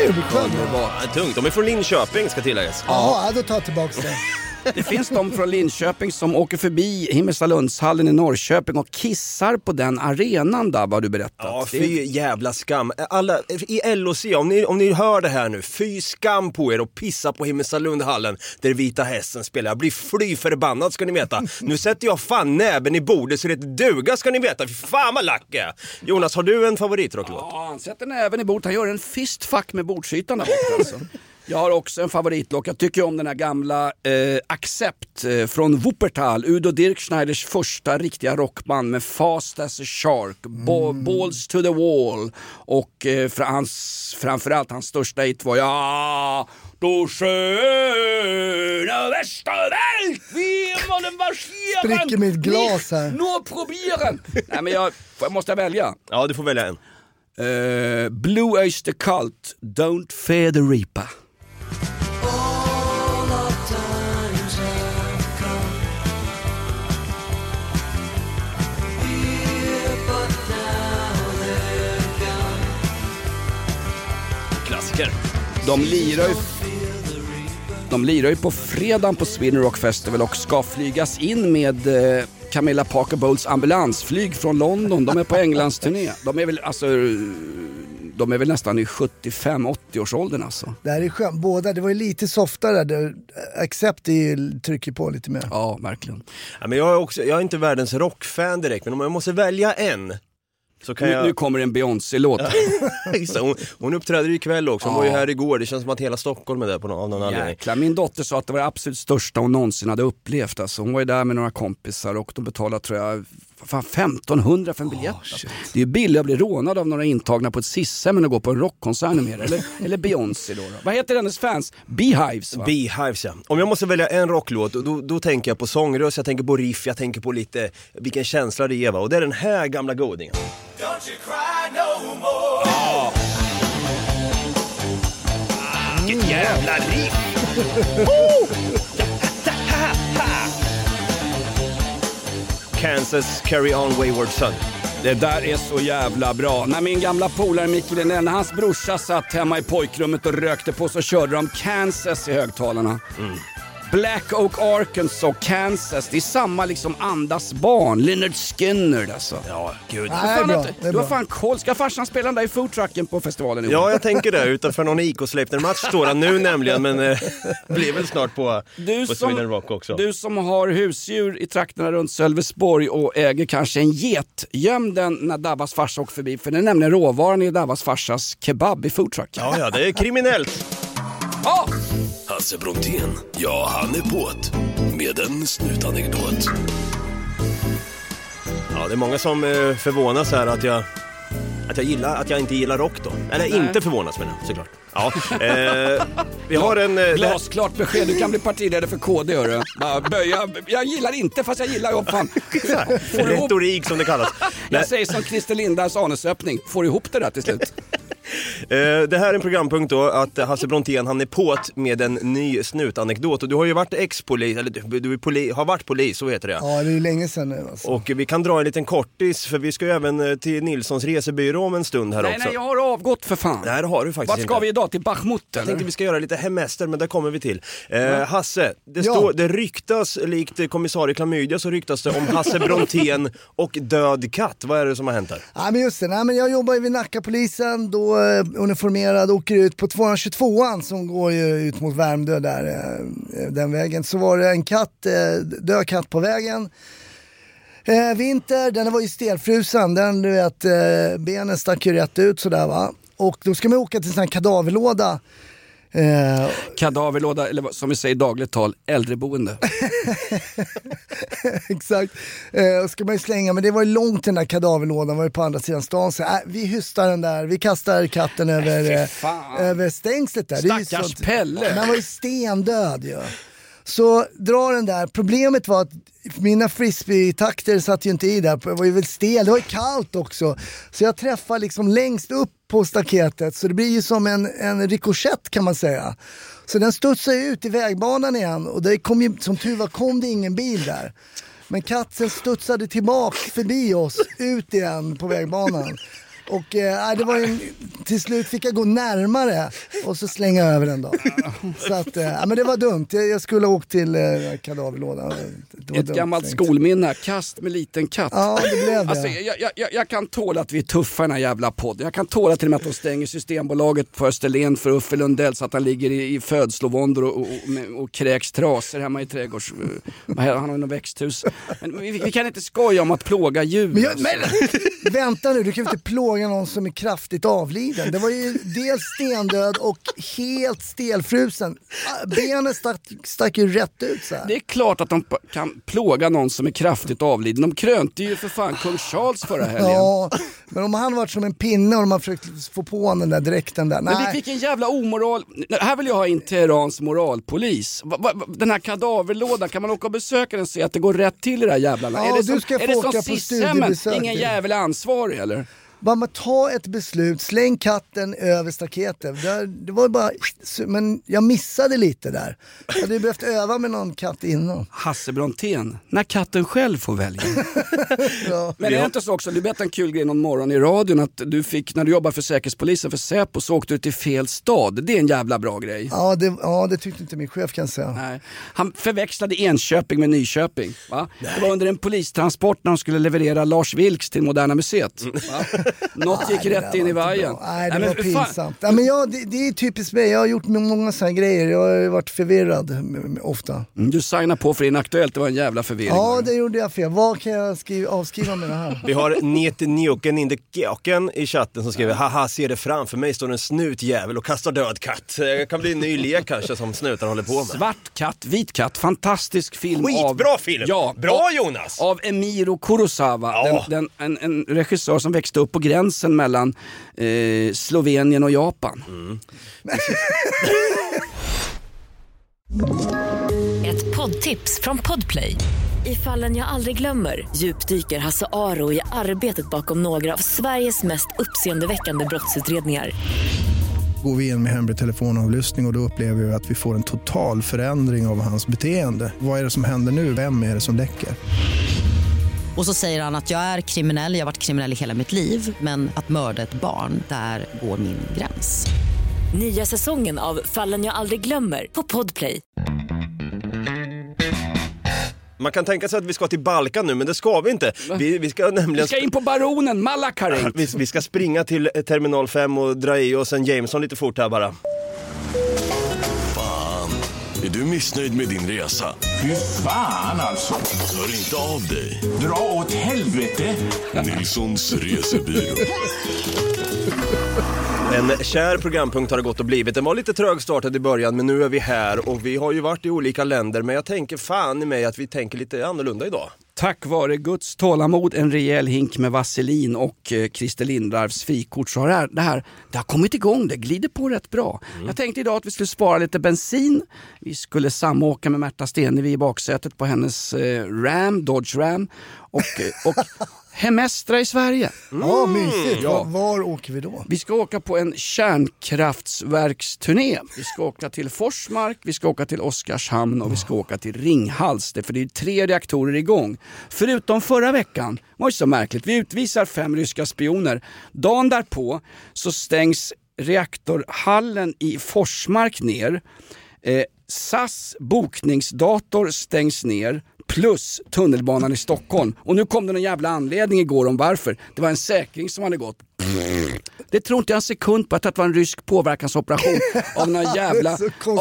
ju bekvämt. Ja, tungt. De är från Linköping, ska tilläggas. Ja, då tar jag tillbaka det. Det finns de från Linköping som åker förbi Himmelstalundshallen i Norrköping och kissar på den arenan där, vad du berättat. Ja, fy jävla skam. Alla i LOC, om ni hör det här nu, fy skam på er och pissa på Himmelstalundshallen där Vita Hästen spelar. Jag blir fly förbannad, ska ni veta. Nu sätter jag fan näben i bordet så det duga, ska ni veta. Fy fan vad lacka. Jonas, har du en favoritrocklåt? Ja, han sätter näben i bordet. Han gör en fistfuck med bordsytan där borta alltså. Jag har också en favoritlåt. Jag tycker om den här gamla Accept från Wuppertal, Udo Dirkschneiders första riktiga rockband med Fast as a Shark, Balls to the Wall och framförallt hans största hit var då sköna Västerwelt, vi måste marschera. Spricker mitt glas här. Nå probieren. Nej, men jag måste välja. Ja, du får välja en. Blue Oyster Cult, Don't Fear the Reaper. Klassiker. De lirar ju på fredagen på Sweden Rock Festival och ska flygas in med Camilla Parker Bowles ambulansflyg från London. De är på Englands turné. De är väl nästan i 75-80-årsåldern alltså. Det här är skönt. Båda, det var ju lite softare. Accept trycker på lite mer. Ja, verkligen. Ja, men jag är inte världens rockfan direkt, men om jag måste välja en så kan nu kommer en Beyoncé-låt. hon uppträder ikväll också. Hon var ju här igår. Det känns som att hela Stockholm är där av någon anledning. Jäklar, min dotter sa att det var det absolut största hon någonsin hade upplevt. Alltså, hon var ju där med några kompisar och de betalade, tror jag, 1500 för en biljett. Alltså. Det är ju billigt att bli rånad av några intagna på ett sishem men att gå på en rockkonsert mer. Eller Beyoncé då. Vad heter hennes fans? Beehives, va? Beehives, ja. Om jag måste välja en rocklåt, då tänker jag på sångröst, jag tänker på riff, jag tänker på lite vilken känsla det ger, va? Och det är den här gamla godingen. Don't you cry no more. Vilket jävla riff. Kansas Carry On Wayward Son. Det där är så jävla bra. När min gamla polare Mikael Lenén, hans brorsa satt hemma i pojkrummet och rökte på, så körde de Kansas i högtalarna. Black Oak, Arkansas, Kansas. Det är samma liksom andas barn. Lynyrd Skynyrd alltså. Ja, gud. Du har fan koll. Ska farsan spela den där i foodtrucken på festivalen? Ja, jag tänker det. Utanför någon IK-Sleipner-match står han nu nämligen. Men blir väl snart på Sweden Rock också. Du som har husdjur i trakterna runt Sölvesborg och äger kanske en get, göm den när Dabbas farsa åker förbi. För det är nämligen råvaran i Dabbas farsas kebab i foodtrucken. Ja, det är kriminellt. Ja! Hasse Brontén, ja, han är på't med en snutanekdot. Ja, det är många som förvånas här att jag inte gillar rock då. Eller nej. Inte förvånas med det, såklart. Ja, vi har en... Glasklart besked, du kan bli partiledare för KD, hörru. Jag gillar inte, fast jag gillar fan. Retorik som det kallas. Jag säger som Christer Lindarws anusöppning. Får du ihop det där till slut? Det här är en programpunkt då, att Hasse Brontén, han är på't med en ny snutanekdot. Och du har ju varit ex-polis, eller du har varit polis, så heter det. Ja, det är ju länge sedan nu alltså. Och vi kan dra en liten kortis, för vi ska ju även till Nilssons resebyrå om en stund här också. Nej, jag har avgått för fan. Nej, det har du faktiskt inte. Vart ska vi idag? Till Bachmut, eller? Jag tänkte vi ska göra lite hemester, men där kommer vi till. Hasse, det ryktas, likt kommissarie Klamydia, så ryktas det om Hasse Brontén och död katt. Vad är det som har hänt här? Ja, men just det. Nej, men jag jobbar ju vid Nackapolisen, då uniformerad, åker ut på 222an som går ju ut mot Värmdö där, den vägen. Så var det en död katt på vägen. Vinter, den var ju stelfrusen, den, du vet, benen stack ju rätt ut sådär, va. Och då ska man åka till en sån här kadaverlåda. Kadaverlåda, eller som vi säger i dagligt tal, äldreboende. Exakt. Ska man ju slänga, men det var ju långt den där kadaverlådan, var ju på andra sidan stan. Så vi hystar den där, vi kastar katten över stängslet där. Stackars Pelle. Den var ju stendöd ju. Ja. Så drar den där. Problemet var att mina frisbee-takter satt ju inte i där. Det var ju väl stel, det var ju kallt också. Så jag träffar liksom längst upp på staketet. Så det blir ju som en rikoschett, kan man säga. Så den studsade ut i vägbanan igen. Och det kom ju, som tur var, kom det ingen bil där. Men katten studsade tillbaka förbi oss, ut igen på vägbanan. Och det var ju till slut fick jag gå närmare och så slänga över den då. Så att, men det var dumt. Jag skulle ha åkt till kadaverlådan. Ett gammalt skolminne, kast med liten katt. Ja, det blev det. Alltså, jag kan tåla att vi är tuffa i den här jävla podden. Jag kan tåla till och med att de stänger Systembolaget på Österlen för Uffe Lundell så att han ligger i födslovåndor och kräks traser hemma i trädgårds... Han har något växthus. Men vi kan inte skoja om att plåga djur. Men vänta nu, du kan inte plåga någon som är kraftigt avliden. Det var ju dels stendöd och helt stelfrusen. Benen stack ju rätt ut så här. Det är klart att de kan plåga någon som är kraftigt avliden. De krönte ju för fan kung Charles förra helgen. Ja, men om han varit som en pinne och de har försökt få på den där dräkten där. Nej. Men vilken jävla omoral. Här vill jag ha in Teherans moralpolis. Den här kadaverlådan, kan man åka och besöka den och se att det går rätt till i det här jävla? Ja, är det du ska få åka på studiebesök. Ingen jävel är ansvarig eller? Bara ta ett beslut, släng katten över staketet. Det var bara, men jag missade lite där. Jag hade behövt öva med någon katt innan. Hasse Brontén, när katten själv får välja. Ja. Men det är inte så också, du berättade en kul grej någon morgon i radion att du fick, när du jobbar för Säkerhetspolisen för Säpo, så åkte du till fel stad. Det är en jävla bra grej. Ja, det tyckte inte min chef kan säga. Nej. Han förväxlade Enköping med Nyköping. Va? Det var under en polistransport när de skulle leverera Lars Vilks till Moderna Museet. Va? Något gick rätt in i vajen. Nej, det var pinsamt. Ja, men det är typiskt mig. Jag har gjort många sådana grejer. Jag har varit förvirrad ofta. Du signar på för Inaktuellt. Det var en jävla förvirring. Ja, det gjorde jag fel. Vad kan jag avskriva med det här? Vi har Njoken Indekjoken i chatten som skriver: haha, ser det framför mig står en snutjävel och kastar död katt. Det kan bli en ny lek kanske som snutar håller på med. Svart katt, vit katt. Fantastisk film. Skitbra film! Ja, bra Jonas! Av Emiro Kurosawa. Ja. En regissör som växte upp på gränsen mellan Slovenien och Japan. Ett poddtips från Podplay. I Fallen jag aldrig glömmer djupdyker Hasse Aro i arbetet bakom några av Sveriges mest uppseendeväckande brottsutredningar. Går vi in med hemlig telefonavlyssning och då upplever vi att vi får en total förändring av hans beteende. Vad är det som händer nu? Vem är det som läcker? Och så säger han att jag är kriminell, jag har varit kriminell i hela mitt liv. Men att mörda ett barn, där går min gräns. Nya säsongen av Fallen jag aldrig glömmer på Podplay. Man kan tänka sig att vi ska till Balkan nu, men det ska vi inte. Vi ska in på Baronen, Malakarit. Vi ska springa till Terminal 5 och dra i oss en Jameson lite fort här bara. Fan, är du missnöjd med din resa? Fy fan alltså. Hör inte av dig. Dra åt helvete. Nilssons resebyrå. En kär programpunkt har det gått och blivit. Den var lite trögstartad i början, men nu är vi här och vi har ju varit i olika länder, men jag tänker fan i mig att vi tänker lite annorlunda idag. Tack vare Guds tålamod, en rejäl hink med vaselin och Christer Lindarws frikort så har det har kommit igång, det glider på rätt bra. Jag tänkte idag att vi skulle spara lite bensin. Vi skulle samåka med Märta Stenevi i baksätet på hennes Dodge Ram och hemestra i Sverige. Ja, mysigt. Ja. Var åker vi då? Vi ska åka på en kärnkraftsverksturné. Vi ska åka till Forsmark, vi ska åka till Oskarshamn och vi ska åka till Ringhals. För det är 3 reaktorer igång. Förutom förra veckan, var det så märkligt. Vi utvisar 5 ryska spioner. Dagen därpå så stängs reaktorhallen i Forsmark ner. SAS bokningsdator stängs ner. Plus tunnelbanan i Stockholm. Och nu kom det en jävla anledning igår om varför. Det var en säkring som hade gått. Det tror inte jag en sekund på att det var en rysk påverkansoperation av någon jävla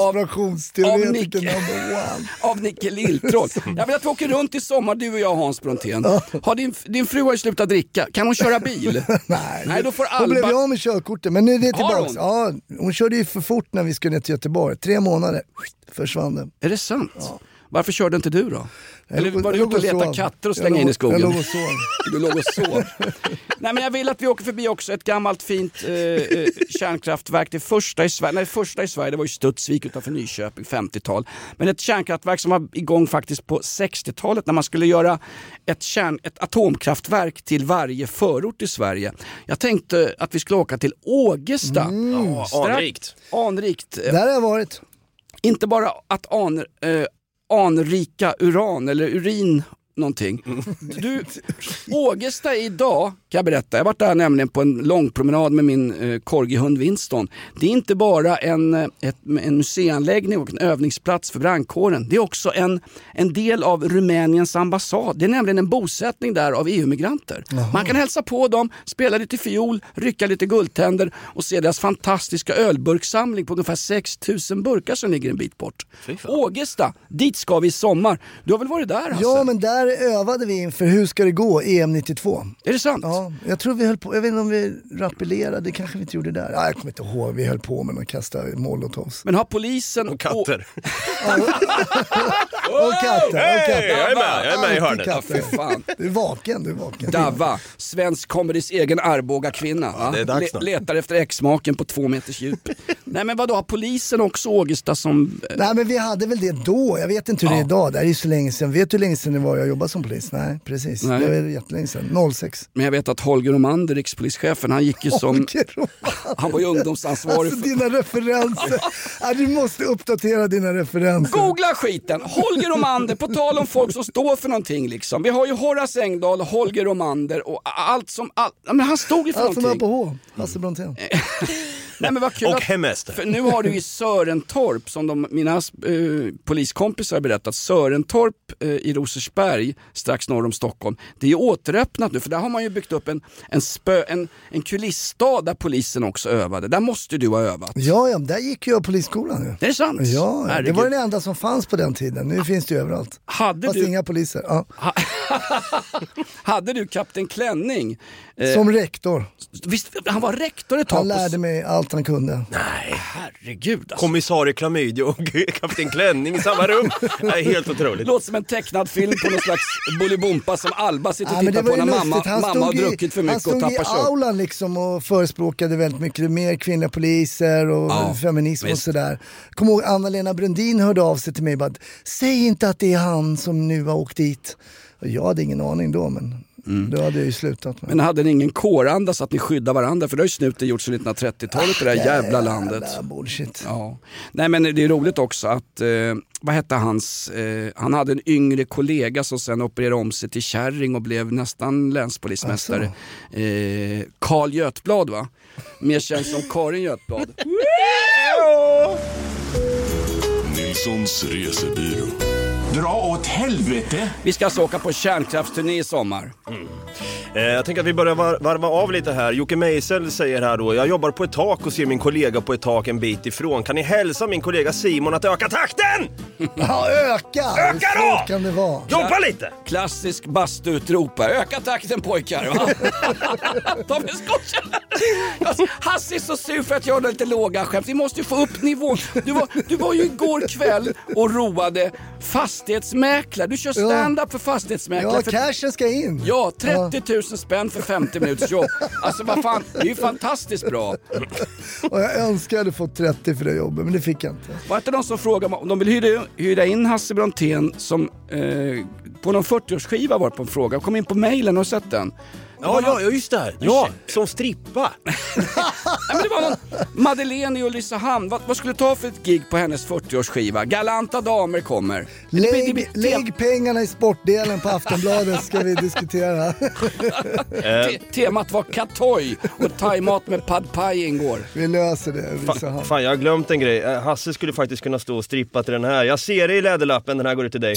av Nicke Lilltroll. Jag vill att vi åker runt i sommar, du och jag, Hans Brontén. Har din fru har ju slutat dricka. Kan hon köra bil? Nej, då får Alba... Hon blev av med körkortet, men nu är det tillbaka. Ja, hon körde ju för fort när vi skulle ner till Göteborg. 3 månader försvann det. Är det sant? Ja. Varför körde inte du då? Eller var du ute och leta katter och slänga in i skogen? Jag låg och sov. Du låg och sov. Nej, men jag vill att vi åker förbi också ett gammalt fint kärnkraftverk. Det första i Sverige, det var ju Studsvik utanför Nyköping, 50-tal. Men ett kärnkraftverk som var igång faktiskt på 60-talet när man skulle göra ett atomkraftverk till varje förort i Sverige. Jag tänkte att vi skulle åka till Ågesta. Anrikt. Där har jag varit. Inte bara att anrika uran eller urin någonting. Ågesta idag, kan jag berätta. Jag var där nämligen på en lång promenad med min corgihund Winston. Det är inte bara en museianläggning och en övningsplats för brandkåren. Det är också en del av Rumäniens ambassad. Det är nämligen en bosättning där av EU-migranter. Man kan hälsa på dem, spela lite fiol, rycka lite guldtänder och se deras fantastiska ölburksamling på ungefär 6000 burkar som ligger en bit bort. Ågesta, dit ska vi i sommar. Du har väl varit där? Hasse? Ja, men där övade vi inför hur ska det gå EM 92. Är det sant? Ja, jag tror vi höll på, jag vet inte om vi rappellerade, det kanske vi inte gjorde där. Ja, jag kommer inte ihåg, vi höll på med att kasta molotovs. Men har polisen... Och katter. Och katter. Hey, jag är med i hörnet. Ja, för fan. Du är vaken. Dava, svensk komedis egen Arboga kvinna. Ja, det är dags letar efter exmaken på 2 meters djup. Nej, men vadå, har polisen också Ågesta som... Nej, men vi hade väl det då. Jag vet inte hur det är idag. Det är ju så länge sedan. Vet du hur länge sedan det var jag jobbade som polis? Nej, precis. Nej. Det var jättelänge sedan. 06. Men jag vet att Holger Romander, rikspolischefen, han gick ju som... Han var ju ungdomsansvarig. Alltså dina referenser. Du måste uppdatera dina referenser. Googla skiten. Holger Romander, på tal om folk som står för någonting liksom. Vi har ju Horace Engdahl, Holger Romander och allt som... men han stod ju för allt någonting. Allt som är på H. Hasse Brontén. Nej, men vad kul och hemester. För nu har du i Sörentorp, som mina poliskompisar har berättat, Sörentorp i Rosersberg strax norr om Stockholm. Det är ju återöppnat nu, för där har man ju byggt upp en kulissstad där polisen också övade. Där måste du ha övat. Ja, där gick jag polisskolan nu. Det är sant? Ja, det var den enda som fanns på den tiden. Nu finns det ju överallt. Fast inga poliser. Ja. Hade du kapten Klänning? Som rektor. Visst, han var rektor ett tag. Han lärde mig allt han kunde. Nej, herregud. Alltså. Kommissarie Klamydia och kapten Klänning i samma rum. Det är helt otroligt. Låter som en tecknad film på någon slags Bolibompa som Alba sitter och tittar på när mamma har druckit för mycket och tappar kött. Han stod i aulan liksom och förespråkade väldigt mycket mer kvinnliga poliser och feminism och sådär. Kom ihåg, Anna-Lena Brundin hörde av sig till mig och bara, säg inte att det är han som nu har åkt dit. Och jag hade ingen aning då, men... Då hade jag ju slutat med. Men hade ni ingen kåranda så att ni skyddar varandra? För det har ju snuten gjort sedan 1930-talet i det här jävla landet. Bullshit. Ja. Nej, men det är roligt också att vad hette han hade en yngre kollega som sen opererade om sig till kärring och blev nästan länspolismästare. Karl Götblad, va? Mer känd som Karin Götblad. Nilssons resebyrå. Dra åt helvete. Vi ska alltså åka på kärnkraftsturné i sommar. Jag tänker att vi börjar varva av lite här. Jocke Meisel säger här då: jag jobbar på ett tak och ser min kollega på ett tak en bit ifrån. Kan ni hälsa min kollega Simon att öka takten? Ja, öka då! Så kan det vara. Jobba lite! Klassisk bastuutropa. Öka takten, pojkar, va? De är skottar. Hasse är så sur för att jag har lite låga skämt. Vi måste ju få upp nivån. Du var ju igår kväll och roade fastighetsmäklare. Du kör stand-up för fastighetsmäklare. Ja, cashen ska in. Ja, 30 000 spänn för 50 minuters jobb. Alltså vad fan, det är ju fantastiskt bra. Och jag önskar jag hade fått 30 för det jobbet, men det fick jag inte. Var det någon som frågade om de vill hyra in Hasse Brontén som på någon 40-årsskiva var på en fråga. Kom in på mejlen och sett den. Ja, just det. Ja, som strippa. Nej, men det var någon Madeleine i Ulricehamn. Vad skulle ta för ett gig på hennes 40-årsskiva? Galanta damer kommer. Lägg pengarna i sportdelen på Aftonbladet, ska vi diskutera. Temat var Katoy och thaimat med pad thai ingår. Vi löser det. Fan, jag har glömt en grej. Hasse skulle faktiskt kunna stå och strippa till den här. Jag ser det i läderlappen, den här går ut till dig.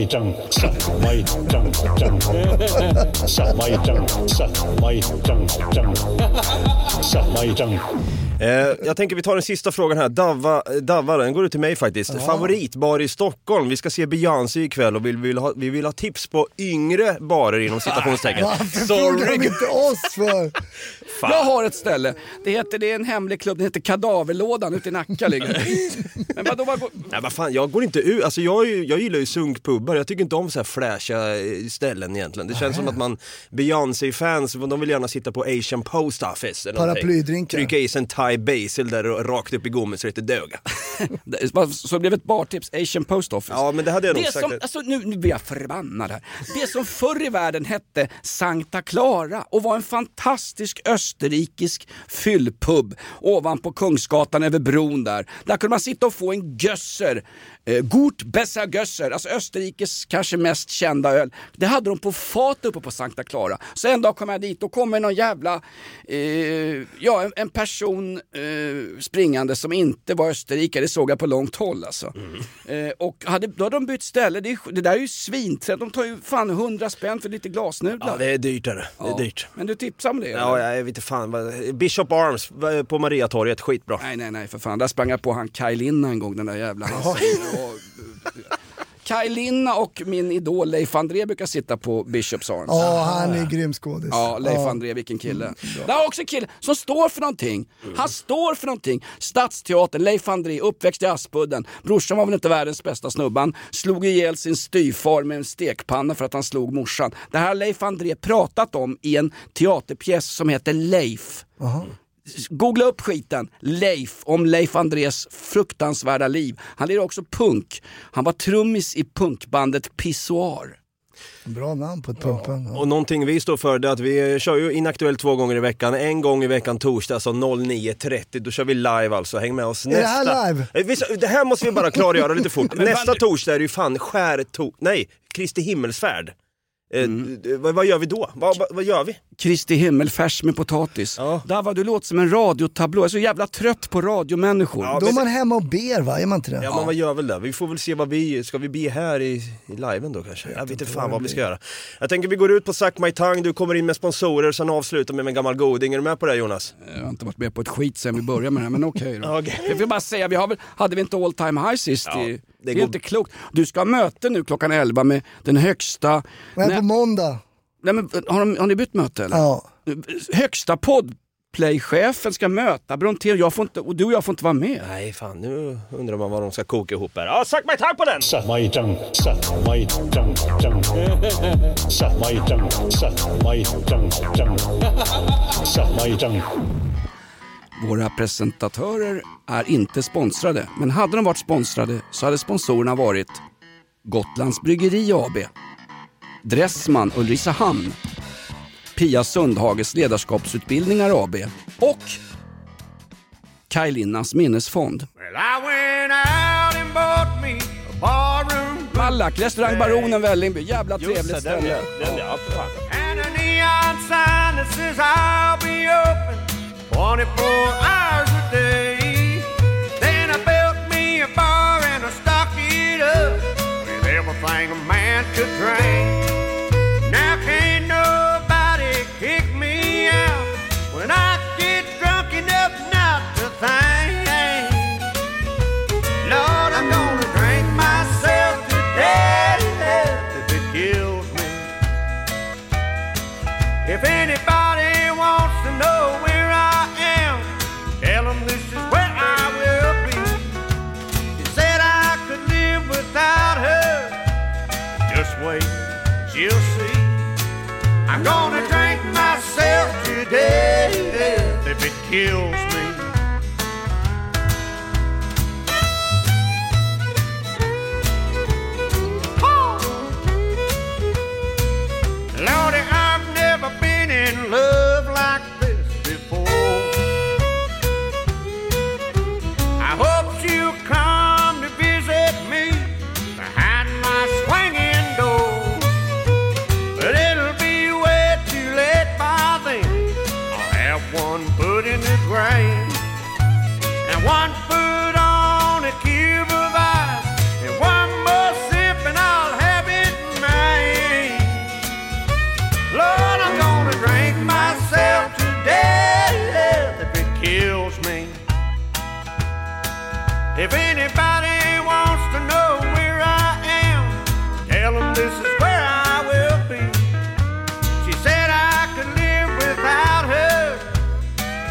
Jag tänker vi tar den sista frågan här. Dava, den går ut till mig faktiskt. Ja. Favoritbar i Stockholm. Vi ska se Beyoncé ikväll och vi vill ha tips på yngre barer inom citationstecken. Varför frågar de inte oss för? Fan. Jag har ett ställe. Det är en hemlig klubb. Det heter Kadaverlådan ute i Nacka. Men vad fan, jag går inte ut. Alltså jag gillar ju sunkpubbar. Jag tycker inte om så här flasha ställen egentligen. Det känns som att man Beyoncé-fans, de vill gärna sitta på Asian Post Office eller paraplydrinkar. Trycka i sig en thai basil där rakt upp i gommen så det heter döga. Så blev ett bartips, Asian Post Office. Ja, men det hade jag nog sagt. Som, alltså, nu blir jag förbannad här. Det som förr i världen hette Santa Clara och var en fantastisk österrikisk fyllpub ovanpå Kungsgatan över bron där. Där kunde man sitta och få en gösser. Gut besser gösser, alltså Österrikes kanske mest kända öl. Det hade de på fat uppe på Santa Clara. Så en dag kom jag dit och kommer någon jävla en person springande som inte var österrikare. Det såg jag på långt håll alltså. Och då hade de bytt ställe. Det där är ju svinträtt. De tar ju fan 100 spänn för lite glasnudlar. Ja, det är dyrt där. Det är dyrt. Men du tipsar om det? Ja, jag vet inte fan. Bishop Arms på Mariatorget, skitbra. Nej, för fan. Där sprang jag på han Kaj Linna en gång, den där jävla Kaj Linna och min idol Leif André brukar sitta på Bishops Arms. Han är grym skådis. Ja, Leif André, vilken kille. Det är också en kille som står för någonting. Han står för någonting. Stadsteatern, Leif André, uppväxt i Aspudden. Brorsan var väl inte världens bästa snubban. Slog ihjäl sin styvfar med en stekpanna för att han slog morsan. Det här har Leif André pratat om i en teaterpjäs som heter Leif. Googla upp skiten. Leif, om Leif Andrés fruktansvärda liv. Han lirade också punk. Han var trummis i punkbandet Pissoir. Bra namn på ett punkband. Och någonting vi står för det är att vi kör ju Inaktuellt 2 gånger i veckan. En gång i veckan torsdag, alltså 09.30. Då kör vi live alltså. Häng med oss nästa. Är det här live? Det här måste vi bara klargöra lite fort. Nästa torsdag är det ju fan Kristi himmelsfärd. Vad gör vi då? Vad gör vi? Kristi himmelfärs med potatis. Där var du låter som en radiotablå. Jag är så jävla trött på radiomänniskor. Då är man hemma och ber, va? Är man inte det? Ja, men vad gör väl det? Vi får väl se ska vi be här i liven då kanske? Jag vet inte fan vad vi ska göra. Jag tänker vi går ut på Suck My Tongue. Du kommer in med sponsorer, sen avslutar med en gammal goding. Är du med på det, Jonas? Jag har inte varit med på ett skit sen vi började med det här, men okej då. Jag vill bara säga, hade vi inte all time high sist? Det är inte klokt. Du ska ha möte nu klockan 11 med den högsta... Men på måndag. Nej, men, har ni bytt möte eller? Ja. Högsta poddplaychefen ska möta Brontén. Och du och jag får inte vara med. Nej fan, nu undrar man vad de ska koka ihop här. Suck my tongue på den! Suck my tongue, suck my tongue, suck my tongue, suck my tongue, suck my tongue. Våra presentatörer är inte sponsrade, men hade de varit sponsrade så hade sponsorerna varit Gotlands Bryggeri AB, Dressman Ulricehamn, Pia Sundhages ledarskapsutbildningar AB och Kaj Linnas minnesfond. Mallack, restaurang Baronen Vällingby, jävla trevligt ställe. And a neon sign that says I'll be open 24 hours a day. Then I built me a bar and I stocked it up with everything a man could drink. Now can't nobody kick me out when I get drunk enough not to think. Lord, I'm gonna drink myself to death if it kills me. If anybody wants to know where I am, tell them this is where I will be. She said I could live without her. Just wait, she'll see. I'm gonna drink myself to death if it kills me. Lordy, I've never been in love like this before. I hope she'll come to visit me behind my swinging door. But it'll be way too late by then. I'll have one foot in the grave and one foot on a cube of ice, and one more sip and I'll have it made. Lord, I'm gonna drink myself to death if it kills me. If anybody wants to know where I am, tell them this is where I will be. She said I could live without her.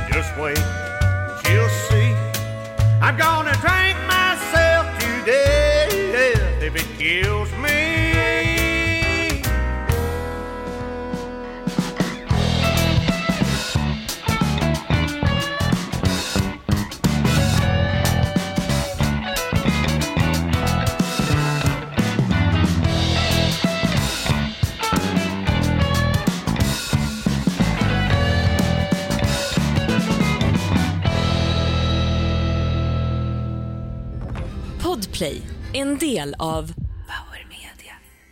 Podplay, en del av Power Media.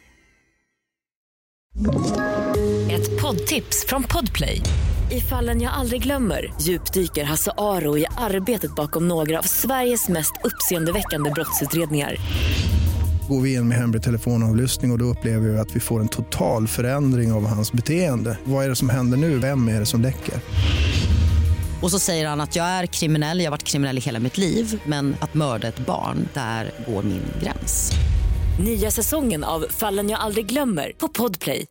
Ett poddtips från Podplay. I Fallen jag aldrig glömmer djupdyker Hasse Aro i arbetet bakom några av Sveriges mest uppseendeväckande brottsutredningar. Går vi in med hemlig telefonavlyssning och då upplever vi att vi får en total förändring av hans beteende. Vad är det som händer nu? Vem är det som läcker? Och så säger han att jag är kriminell, jag har varit kriminell i hela mitt liv. Men att mörda ett barn, där går min gräns. Nya säsongen av Fallen jag aldrig glömmer på Podplay.